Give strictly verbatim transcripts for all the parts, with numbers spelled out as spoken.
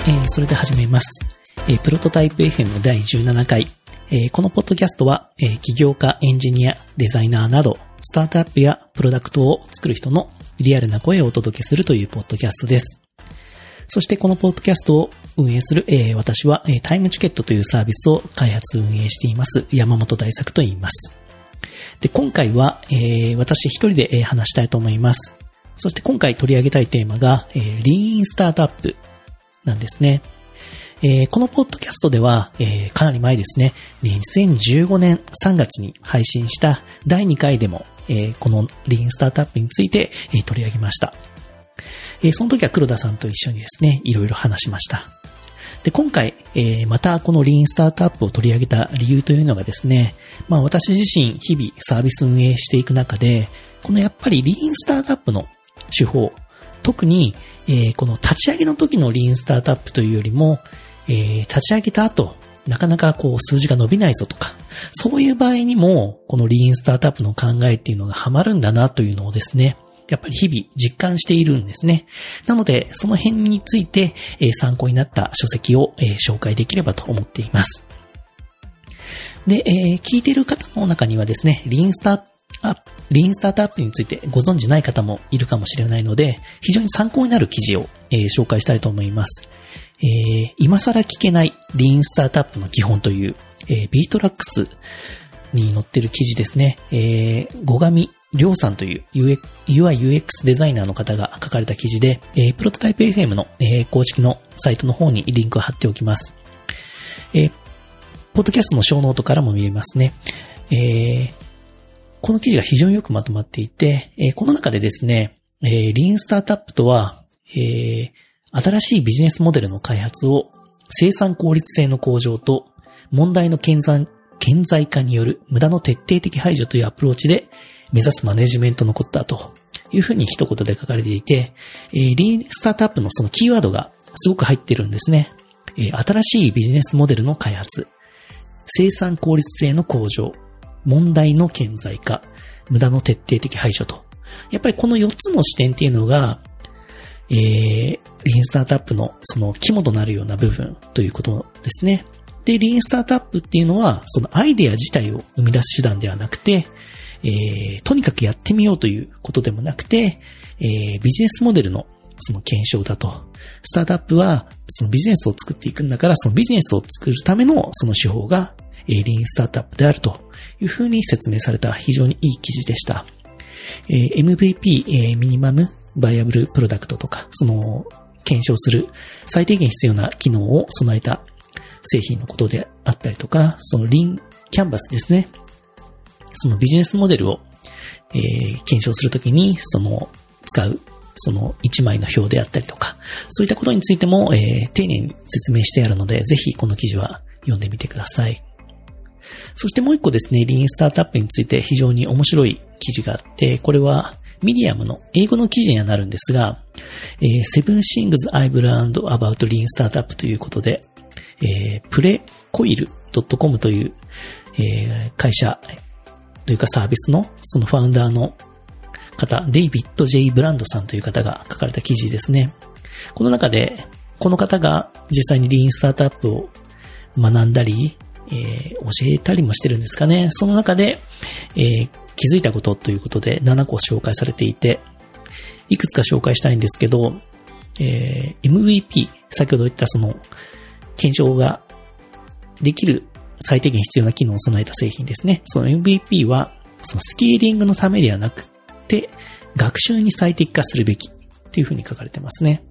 えー、それで始めます。えー、プロトタイプ エフエム のだいじゅうななかい。えー、このポッドキャストは、えー、起業家、エンジニア、デザイナーなど、スタートアップやプロダクトを作る人のリアルな声をお届けするというポッドキャストです。そしてこのポッドキャストを運営する、えー、私は、えー、タイムチケットというサービスを開発運営しています山本大作と言います。で、今回は、えー、私一人で、えー、話したいと思います。そして今回取り上げたいテーマが、えー、リーンスタートアップなんですね。えー、このポッドキャストでは、えー、かなり前ですね、にせんじゅうごねんさんがつに配信しただいにかいでも、えー、このリーンスタートアップについて、えー、取り上げました。えー、その時は黒田さんと一緒にですね、いろいろ話しました。で、今回、えー、またこのリーンスタートアップを取り上げた理由というのがですね、まあ私自身日々サービス運営していく中で、このやっぱりリーンスタートアップの手法、特に、えー、この立ち上げの時のリーンスタートアップというよりも、えー、立ち上げた後、なかなかこう数字が伸びないぞとか、そういう場合にも、このリーンスタートアップの考えっていうのがハマるんだなというのをですね、やっぱり日々実感しているんですね。なので、その辺について、えー、参考になった書籍を、えー、紹介できればと思っています。で、えー、聞いている方の中にはですね、リーンスターアップ、リーンスタートアップについてご存知ない方もいるかもしれないので、非常に参考になる記事を、えー、紹介したいと思います。えー、今更聞けないリーンスタートアップの基本という、えー、ビートラックスに載ってる記事ですね。えー、後上亮さんという ユーアイユーエックス デザイナーの方が書かれた記事で、えー、プロトタイプ エフエム の、えー、公式のサイトの方にリンクを貼っておきます。えー、ポッドキャストのショーノートからも見れますね。えー、この記事が非常によくまとまっていて、えー、この中でですね、えー、リーンスタートアップとは、えー新しいビジネスモデルの開発を生産効率性の向上と問題の顕在、顕在化による無駄の徹底的排除というアプローチで目指すマネジメントのことだというふうに一言で書かれていて、えー、リーンスタートアップのそのキーワードがすごく入っているんですね。えー、新しいビジネスモデルの開発、生産効率性の向上、問題の顕在化、無駄の徹底的排除と。やっぱりこのよっつの視点っていうのがえー、リーンスタートアップのその肝となるような部分ということですね。で、リーンスタートアップっていうのは、そのアイデア自体を生み出す手段ではなくて、えー、とにかくやってみようということでもなくて、えー、ビジネスモデルのその検証だと。スタートアップはそのビジネスを作っていくんだから、そのビジネスを作るためのその手法が、えー、リーンスタートアップであるというふうに説明された非常にいい記事でした。えー、エムブイピー、えー、ミニマムバイアブルプロダクトとか、その検証する最低限必要な機能を備えた製品のことであったりとか、そのリーンキャンバスですね。そのビジネスモデルを、えー、検証するときにその使うその一枚の表であったりとか、そういったことについても、えー、丁寧に説明してあるので、ぜひこの記事は読んでみてください。そしてもう一個ですね、リーンスタートアップについて非常に面白い記事があって、これはミディアムの英語の記事にはなるんですが、えー、Seven Things I've Learned About Lean Startup ということで、えー、プレコイル ドットコム という、えー、会社というかサービスのそのファウンダーの方、デイビッド・ジェイ・ブランドさんという方が書かれた記事ですね。この中で、この方が実際にリーンスタートアップを学んだり、えー、教えたりもしてるんですかね。その中で、えー気づいたことということでななこ紹介されていて、いくつか紹介したいんですけど、えー、エムブイピー、先ほど言ったその検証ができる最低限必要な機能を備えた製品ですね。その エムブイピー はそのスケーリングのためではなくて学習に最適化するべきというふうに書かれてますね。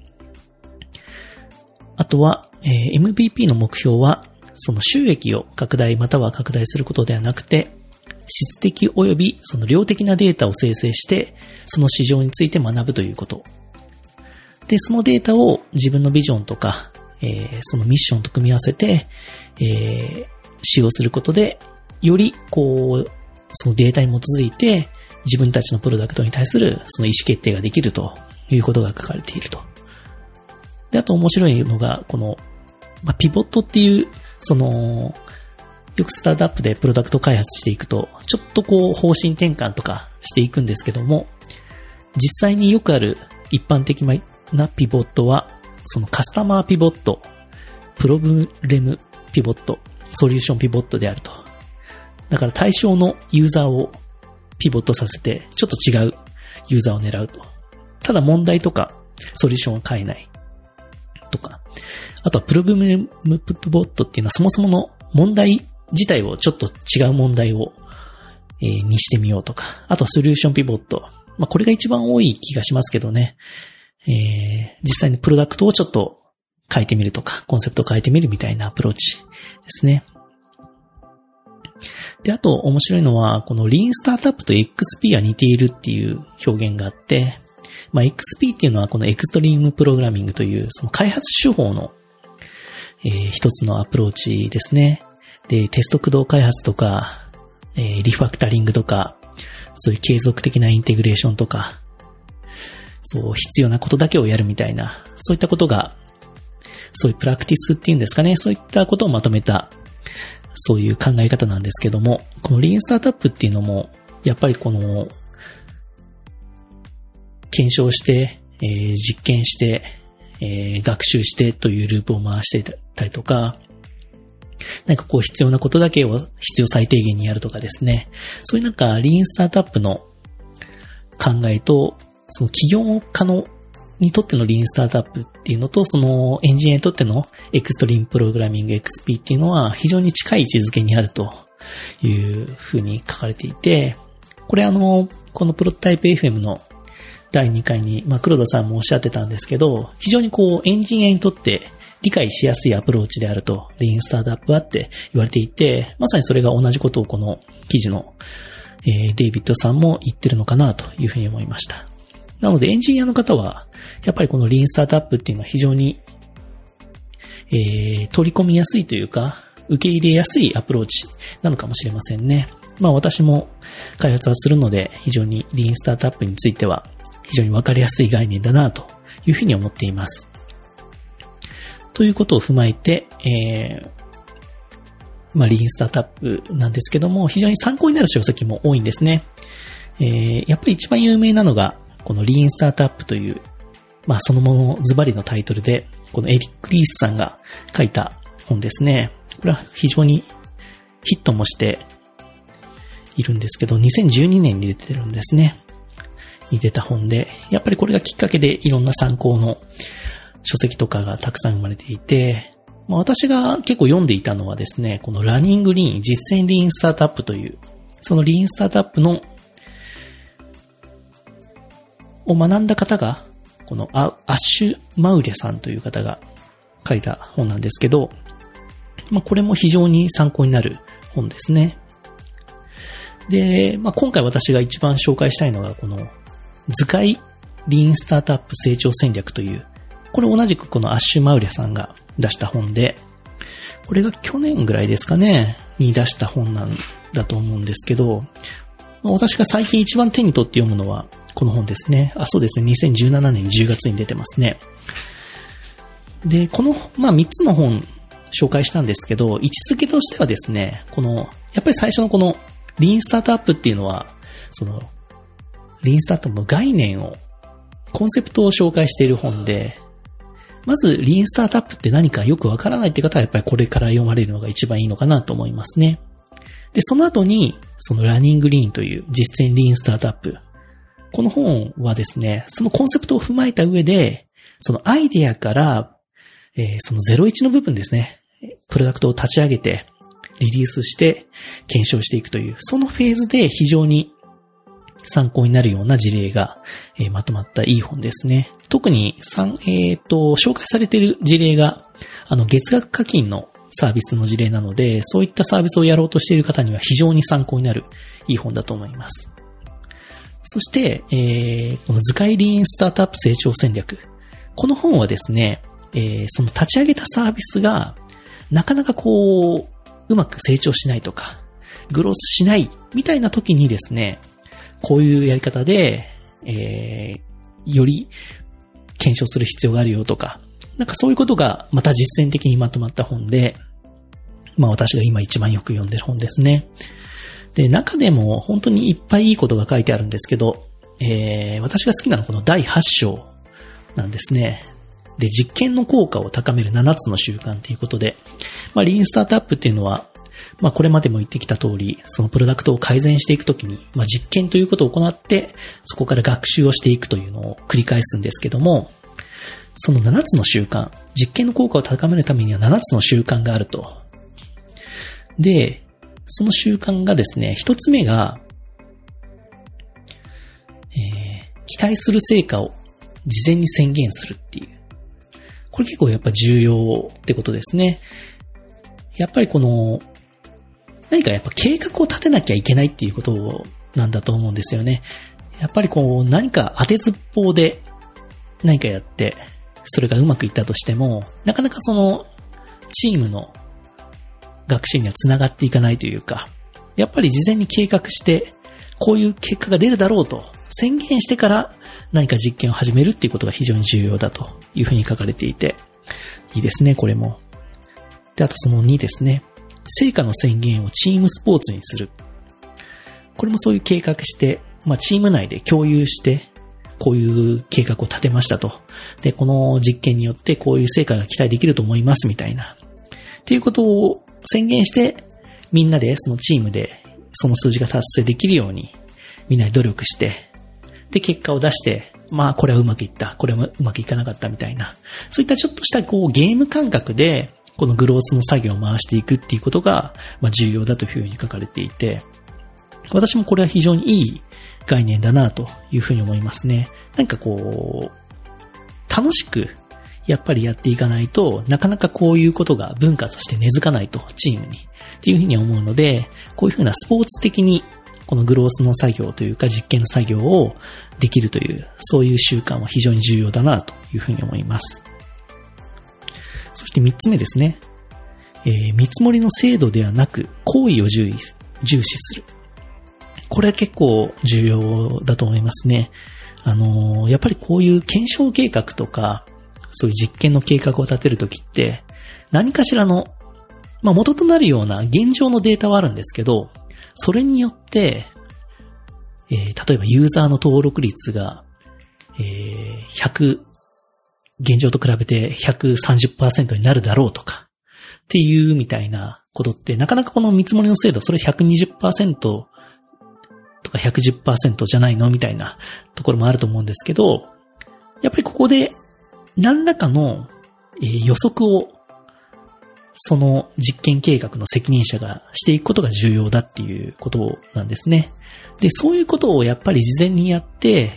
あとは、えー、エムブイピー の目標はその収益を拡大または拡大することではなくて、質的及びその量的なデータを生成して、その市場について学ぶということ。で、そのデータを自分のビジョンとか、えー、そのミッションと組み合わせて、えー、使用することで、よりこう、そのデータに基づいて、自分たちのプロダクトに対するその意思決定ができるということが書かれていると。で、あと面白いのが、この、まあ、ピボットっていう、その、よくスタートアップでプロダクト開発していくと、ちょっとこう方針転換とかしていくんですけども、実際によくある一般的なピボットは、 そのカスタマーピボット、プロブレムピボット、ソリューションピボットであると。だから対象のユーザーをピボットさせて、ちょっと違うユーザーを狙うと。ただ問題とかソリューションを変えないとか。あとはプロブレムピボットっていうのはそもそもの問題自体をちょっと違う問題を、えー、にしてみようとか。あとはソリューションピボット。まあ、これが一番多い気がしますけどね。えー、実際にプロダクトをちょっと変えてみるとか、コンセプトを変えてみるみたいなアプローチですね。で、あと面白いのは、このリーンスタートアップと エックスピー は似ているっていう表現があって、まあ、エックスピー っていうのはこのエクストリームプログラミングというその開発手法の、えー、一つのアプローチですね。で、テスト駆動開発とか、えー、リファクタリングとか、そういう継続的なインテグレーションとか、そう必要なことだけをやるみたいな、そういったことが、そういうプラクティスっていうんですかね、そういったことをまとめた、そういう考え方なんですけども、このリーンスタートアップっていうのも、やっぱりこの、検証して、えー、実験して、えー、学習してというループを回していたりとか、なんかこう必要なことだけを必要最低限にやるとかですね。そういうなんかリーンスタートアップの考えと、その起業家のにとってのリーンスタートアップっていうのと、そのエンジニアにとってのエクストリームプログラミング エックスピー っていうのは非常に近い位置づけにあるというふうに書かれていて、これあの、このプロトタイプ エフエム のだいにかいに、まあ黒田さんもおっしゃってたんですけど、非常にこうエンジニアにとって理解しやすいアプローチであると、リーンスタートアップはって言われていて、まさにそれが同じことをこの記事の、えー、デイビッドさんも言ってるのかなというふうに思いました。なのでエンジニアの方は、やっぱりこのリーンスタートアップっていうのは非常に、えー、取り込みやすいというか、受け入れやすいアプローチなのかもしれませんね。まあ私も開発はするので、非常にリーンスタートアップについては非常にわかりやすい概念だなというふうに思っています。ということを踏まえて、えー、まあリーンスタートアップなんですけども、非常に参考になる書籍も多いんですね。えー、やっぱり一番有名なのが、このリーンスタートアップという、まあそのものズバリのタイトルで、このエリック・リースさんが書いた本ですね。これは非常にヒットもしているんですけど、にせんじゅうにねんに出てるんですね。に出た本で、やっぱりこれがきっかけでいろんな参考の書籍とかがたくさん生まれていて、まあ、私が結構読んでいたのはですね、このラニングリーン、実践リーンスタートアップという、そのリーンスタートアップのを学んだ方が、このアッシュ・マウリャさんという方が書いた本なんですけど、まあ、これも非常に参考になる本ですね。で、まあ、今回私が一番紹介したいのが、この図解リーンスタートアップ成長戦略という、これ同じくこのアッシュ・マウリャさんが出した本で、これが去年ぐらいですかね、に出した本なんだと思うんですけど、まあ、私が最近一番手に取って読むのは、この本ですね。あ、そうですね。にせんじゅうななねんじゅうがつに出てますね。で、この、まあ、みっつの本紹介したんですけど、位置づけとしてはですね、この、やっぱり最初のこの、リーンスタートアップっていうのは、その、リーンスタートアップの概念を、コンセプトを紹介している本で、まず、リーンスタートアップって何かよくわからないって方は、やっぱりこれから読まれるのが一番いいのかなと思いますね。で、その後に、そのラニングリーンという実践リーンスタートアップ。この本はですね、そのコンセプトを踏まえた上で、そのアイデアから、えー、そのゼロイチの部分ですね、プロダクトを立ち上げて、リリースして、検証していくという、そのフェーズで非常に参考になるような事例が、えー、まとまったいい本ですね。特に、えっと、紹介されている事例が、あの、月額課金のサービスの事例なので、そういったサービスをやろうとしている方には非常に参考になるいい本だと思います。そして、えー、この図解リーンスタートアップ成長戦略。この本はですね、えー、その立ち上げたサービスが、なかなかこう、うまく成長しないとか、グロースしないみたいな時にですね、こういうやり方で、えー、より検証する必要があるよとか、なんかそういうことがまた実践的にまとまった本で、まあ私が今一番よく読んでる本ですね。で、中でも本当にいっぱいいいことが書いてあるんですけど、えー、私が好きなのはこのだいはち章なんですね。 で、実験の効果を高めるななつの習慣ということで、まあ、リーンスタートアップっていうのは、まあ、これまでも言ってきた通り、そのプロダクトを改善していくときに、まあ、実験ということを行って、そこから学習をしていくというのを繰り返すんですけども、そのななつの習慣、実験の効果を高めるためにはななつの習慣があると。で、その習慣がですね、ひとつめが、えー、期待する成果を事前に宣言するっていう。これ結構やっぱ重要ってことですね。やっぱりこの、何かやっぱ計画を立てなきゃいけないっていうことなんだと思うんですよね。やっぱりこう何か当てずっぽうで何かやって、それがうまくいったとしても、なかなかそのチームの学習にはつながっていかないというか、やっぱり事前に計画して、こういう結果が出るだろうと宣言してから何か実験を始めるっていうことが非常に重要だというふうに書かれていて、いいですね、これも。で、あとそのにですね。成果の宣言をチームスポーツにする。これもそういう計画して、まあチーム内で共有して、こういう計画を立てましたと。で、この実験によってこういう成果が期待できると思いますみたいな。っていうことを宣言して、みんなでそのチームでその数字が達成できるように、みんなで努力して、で、結果を出して、まあこれはうまくいった、これはうまくいかなかったみたいな。そういったちょっとしたこうゲーム感覚で、このグロースの作業を回していくっていうことが、まあ、重要だというふうに書かれていて、私もこれは非常にいい概念だなというふうに思いますね。なんかこう、楽しくやっぱりやっていかないとなかなかこういうことが文化として根付かないとチームにっていうふうに思うので、こういうふうなスポーツ的にこのグロースの作業というか実験の作業をできるというそういう習慣は非常に重要だなというふうに思います。そして三つ目ですね。えー、見積もりの精度ではなく行為を重視、重視する。これは結構重要だと思いますね。あのー、やっぱりこういう検証計画とか、そういう実験の計画を立てるときって、何かしらの、まあ、元となるような現状のデータはあるんですけど、それによって、えー、例えばユーザーの登録率が、えー、ひゃく、現状と比べて ひゃくさんじゅっパーセント になるだろうとかっていうみたいなことってなかなかこの見積もりの精度それ ひゃくにじゅっパーセント とか ひゃくじゅっパーセント じゃないのみたいなところもあると思うんですけど、やっぱりここで何らかの予測をその実験計画の責任者がしていくことが重要だっていうことなんですね。で、そういうことをやっぱり事前にやって、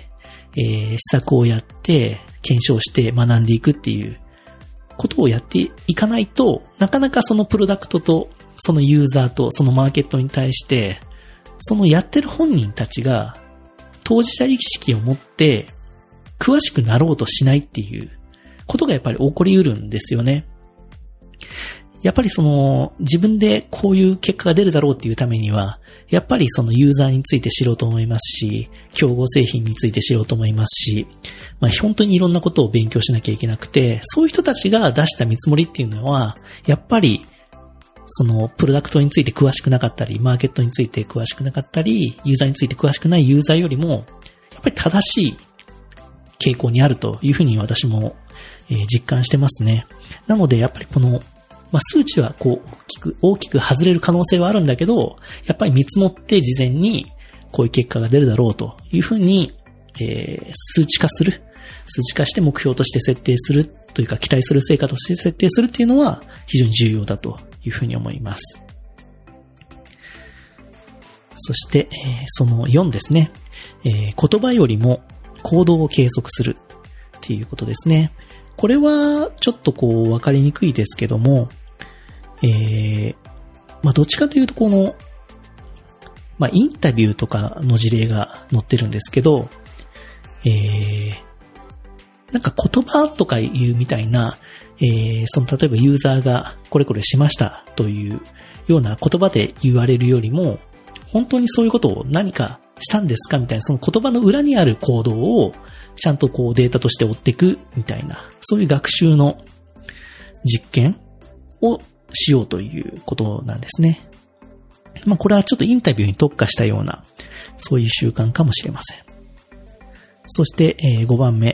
えー、施策をやって検証して学んでいくっていうことをやっていかないと、なかなかそのプロダクトとそのユーザーとそのマーケットに対して、そのやってる本人たちが当事者意識を持って詳しくなろうとしないっていうことがやっぱり起こりうるんですよね。やっぱりその自分でこういう結果が出るだろうっていうためには、やっぱりそのユーザーについて知ろうと思いますし、競合製品について知ろうと思いますし、まあ本当にいろんなことを勉強しなきゃいけなくて、そういう人たちが出した見積もりっていうのは、やっぱりそのプロダクトについて詳しくなかったり、マーケットについて詳しくなかったり、ユーザーについて詳しくないユーザーよりも、やっぱり正しい傾向にあるというふうに私も実感してますね。なのでやっぱりこのまあ、数値はこう大きく、大きく外れる可能性はあるんだけど、やっぱり見積もって事前にこういう結果が出るだろうというふうに、えー、数値化する。数値化して目標として設定するというか期待する成果として設定するっていうのは非常に重要だというふうに思います。そして、えー、そのよんですね、えー。言葉よりも行動を計測するっていうことですね。これはちょっとこう分かりにくいですけども、えー、まあ、どっちかというとこの、まあ、インタビューとかの事例が載ってるんですけど、えー、なんか言葉とかいうみたいな、えー、その例えばユーザーがこれこれしましたというような言葉で言われるよりも、本当にそういうことを何かしたんですかみたいな、その言葉の裏にある行動をちゃんとこうデータとして追っていくみたいな、そういう学習の実験をしようということなんですね。まあこれはちょっとインタビューに特化したようなそういう習慣かもしれません。そしてごばんめ、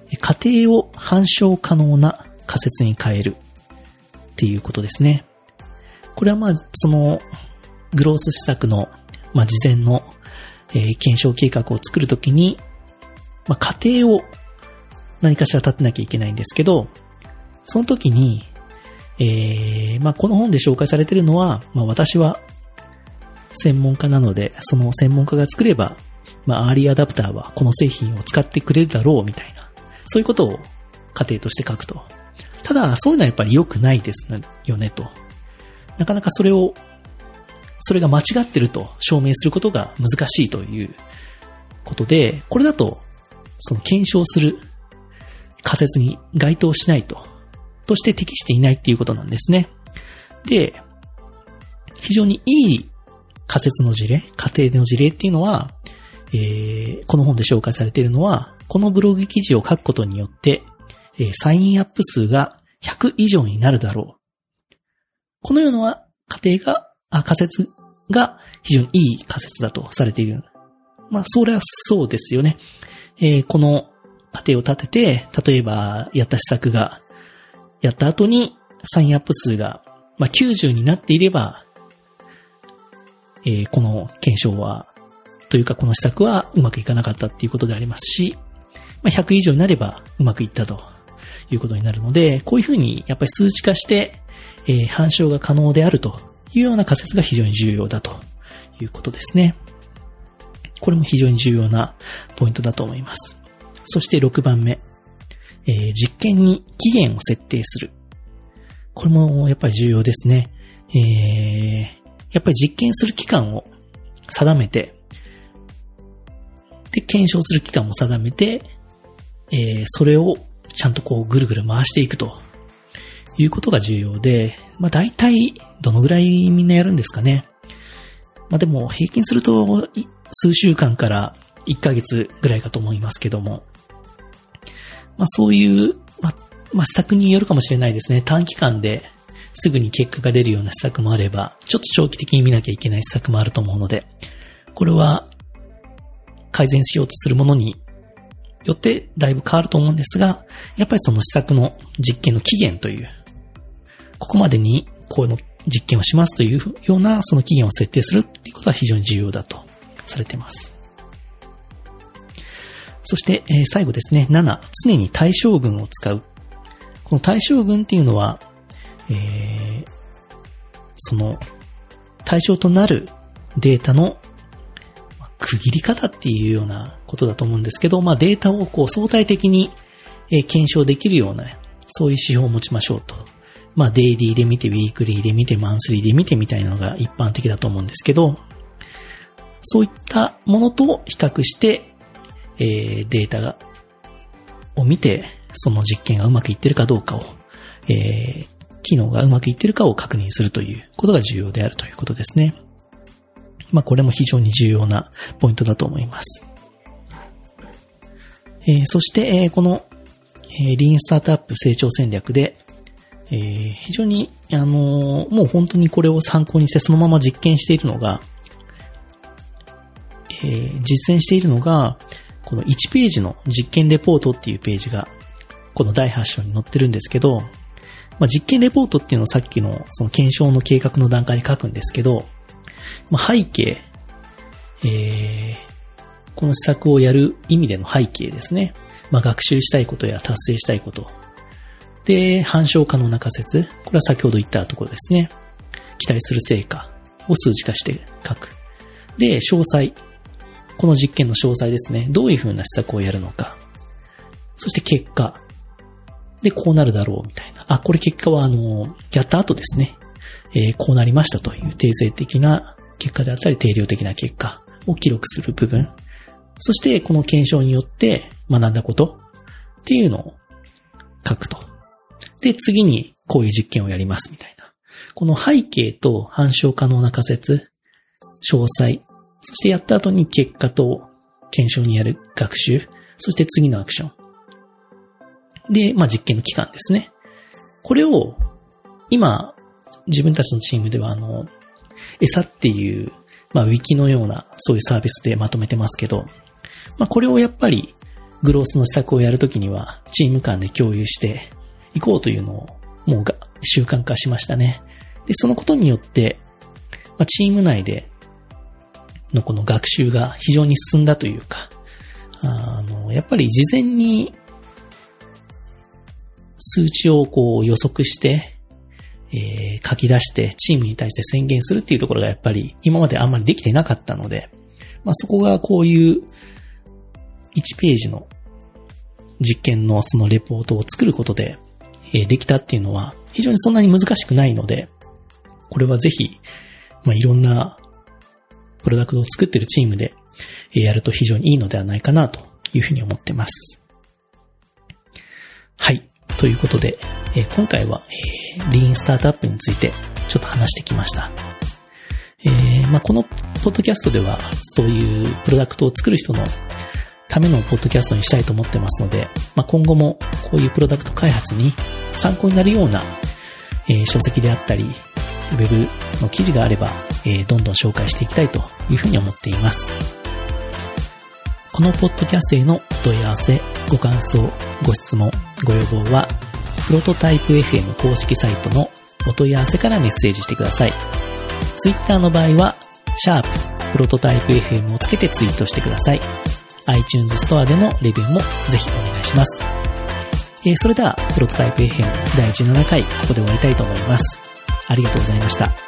仮定を反証可能な仮説に変えるっていうことですね。これはまあ、その、グロース施策の、まあ、事前の、えー、検証計画を作るときに、まあ、仮定を何かしら立てなきゃいけないんですけど、その時に、えー、まあ、この本で紹介されているのは、まあ、私は専門家なので、その専門家が作れば、まあ、アーリーアダプターはこの製品を使ってくれるだろうみたいな、そういうことを仮定として書くと。ただ、そういうのはやっぱり良くないですよねと。なかなかそれを、それが間違ってると証明することが難しいということで、これだと、その検証する仮説に該当しないと、として適していないっていうことなんですね。で、非常にいい仮説の事例、仮定の事例っていうのは、えー、この本で紹介されているのは、このブログ記事を書くことによって、えー、サインアップ数がひゃく以上になるだろう。このような仮定が、あ、仮説が非常にいい仮説だとされている。まあ、それはそうですよね。えー、この仮定を立てて、例えばやった施策が、やった後にサインアップ数が、まあ、きゅうじゅうになっていれば、えー、この検証は、というかこの施策はうまくいかなかったっていうことでありますし、まあ、ひゃく以上になればうまくいったということになるので、こういうふうにやっぱり数値化して、えー、反証が可能であるというような仮説が非常に重要だということですね。これも非常に重要なポイントだと思います。そしてろくばんめ、えー、実験に期限を設定する。これもやっぱり重要ですね。えー、やっぱり実験する期間を定めて、で、検証する期間も定めて、えー、それをちゃんとこうぐるぐる回していくということが重要で、まあ大体どのぐらいみんなやるんですかね。まあでも平均すると数週間からいっかげつぐらいかと思いますけども、まあそういう、まあ、まあ施策によるかもしれないですね。短期間ですぐに結果が出るような施策もあれば、ちょっと長期的に見なきゃいけない施策もあると思うので、これは改善しようとするものによってだいぶ変わると思うんですが、やっぱりその施策の実験の期限という、ここまでにこの実験をしますというようなその期限を設定するっていうことは非常に重要だとされています。そして、えー、最後ですね、なな、常に対象群を使う。この対象群っていうのは、えー、その対象となるデータの区切り方っていうようなことだと思うんですけど、まあデータをこう相対的に検証できるような、そういう指標を持ちましょうと。まあデイリーで見て、ウィークリーで見て、マンスリーで見てみたいなのが一般的だと思うんですけど、そういったものと比較して、えー、データがを見て、その実験がうまくいってるかどうかを、えー、機能がうまくいってるかを確認するということが重要であるということですね。まあこれも非常に重要なポイントだと思います。えー、そして、えー、この、えー、リーンスタートアップ成長戦略で、えー、非常に、あのー、もう本当にこれを参考にしてそのまま実験しているのが、えー、実践しているのが、このいちページの実験レポートっていうページが、このだいはち章に載ってるんですけど、まあ、実験レポートっていうのをさっきのその検証の計画の段階に書くんですけど、まあ、背景、えー、この施策をやる意味での背景ですね。まあ、学習したいことや達成したいこと。で、反証可能な仮説。これは先ほど言ったところですね。期待する成果を数値化して書く。で、詳細。この実験の詳細ですね。どういうふうな施策をやるのか。そして結果。で、こうなるだろうみたいな。あ、これ結果はあの、やった後ですね。えー、こうなりましたという定性的な結果であったり定量的な結果を記録する部分。そしてこの検証によって学んだことっていうのを書くと。で、次にこういう実験をやりますみたいな。この背景と反証可能な仮説、詳細、そしてやった後に結果と検証にやる学習、そして次のアクション。で、まあ実験の期間ですね。これを今自分たちのチームではあの、餌っていう、まあウィキのようなそういうサービスでまとめてますけど、まあこれをやっぱり、 グロースの施策をやるときには、チーム間で共有していこうというのを、もうが習慣化しましたね。で、そのことによって、まあ、チーム内でのこの学習が非常に進んだというか、あの、やっぱり事前に数値をこう予測して、えー、書き出してチームに対して宣言するっていうところがやっぱり今まであんまりできてなかったので、まあ、そこがこういういちページの実験のそのレポートを作ることで、えー、できたっていうのは非常にそんなに難しくないので、これはぜひ、まあ、いろんなプロダクトを作っているチームでやると非常にいいのではないかなというふうに思ってます。はい。ということで、えー、今回は、えー、リーンスタートアップについてちょっと話してきました。えー、まあ、このポッドキャストではそういうプロダクトを作る人のためのポッドキャストにしたいと思ってますので、まあ、今後もこういうプロダクト開発に参考になるような、えー、書籍であったり、ウェブの記事があれば、えー、どんどん紹介していきたいというふうに思っています。このポッドキャストへのお問い合わせ、ご感想、ご質問、ご要望は、プロトタイプ エフエム 公式サイトのお問い合わせからメッセージしてください。ツイッターの場合は、シャーププロトタイプ エフエム をつけてツイートしてください。iTunes ストアでのレビューもぜひお願いします。えー、それでは、プロトタイプ エフエム だいじゅうななかい、ここで終わりたいと思います。ありがとうございました。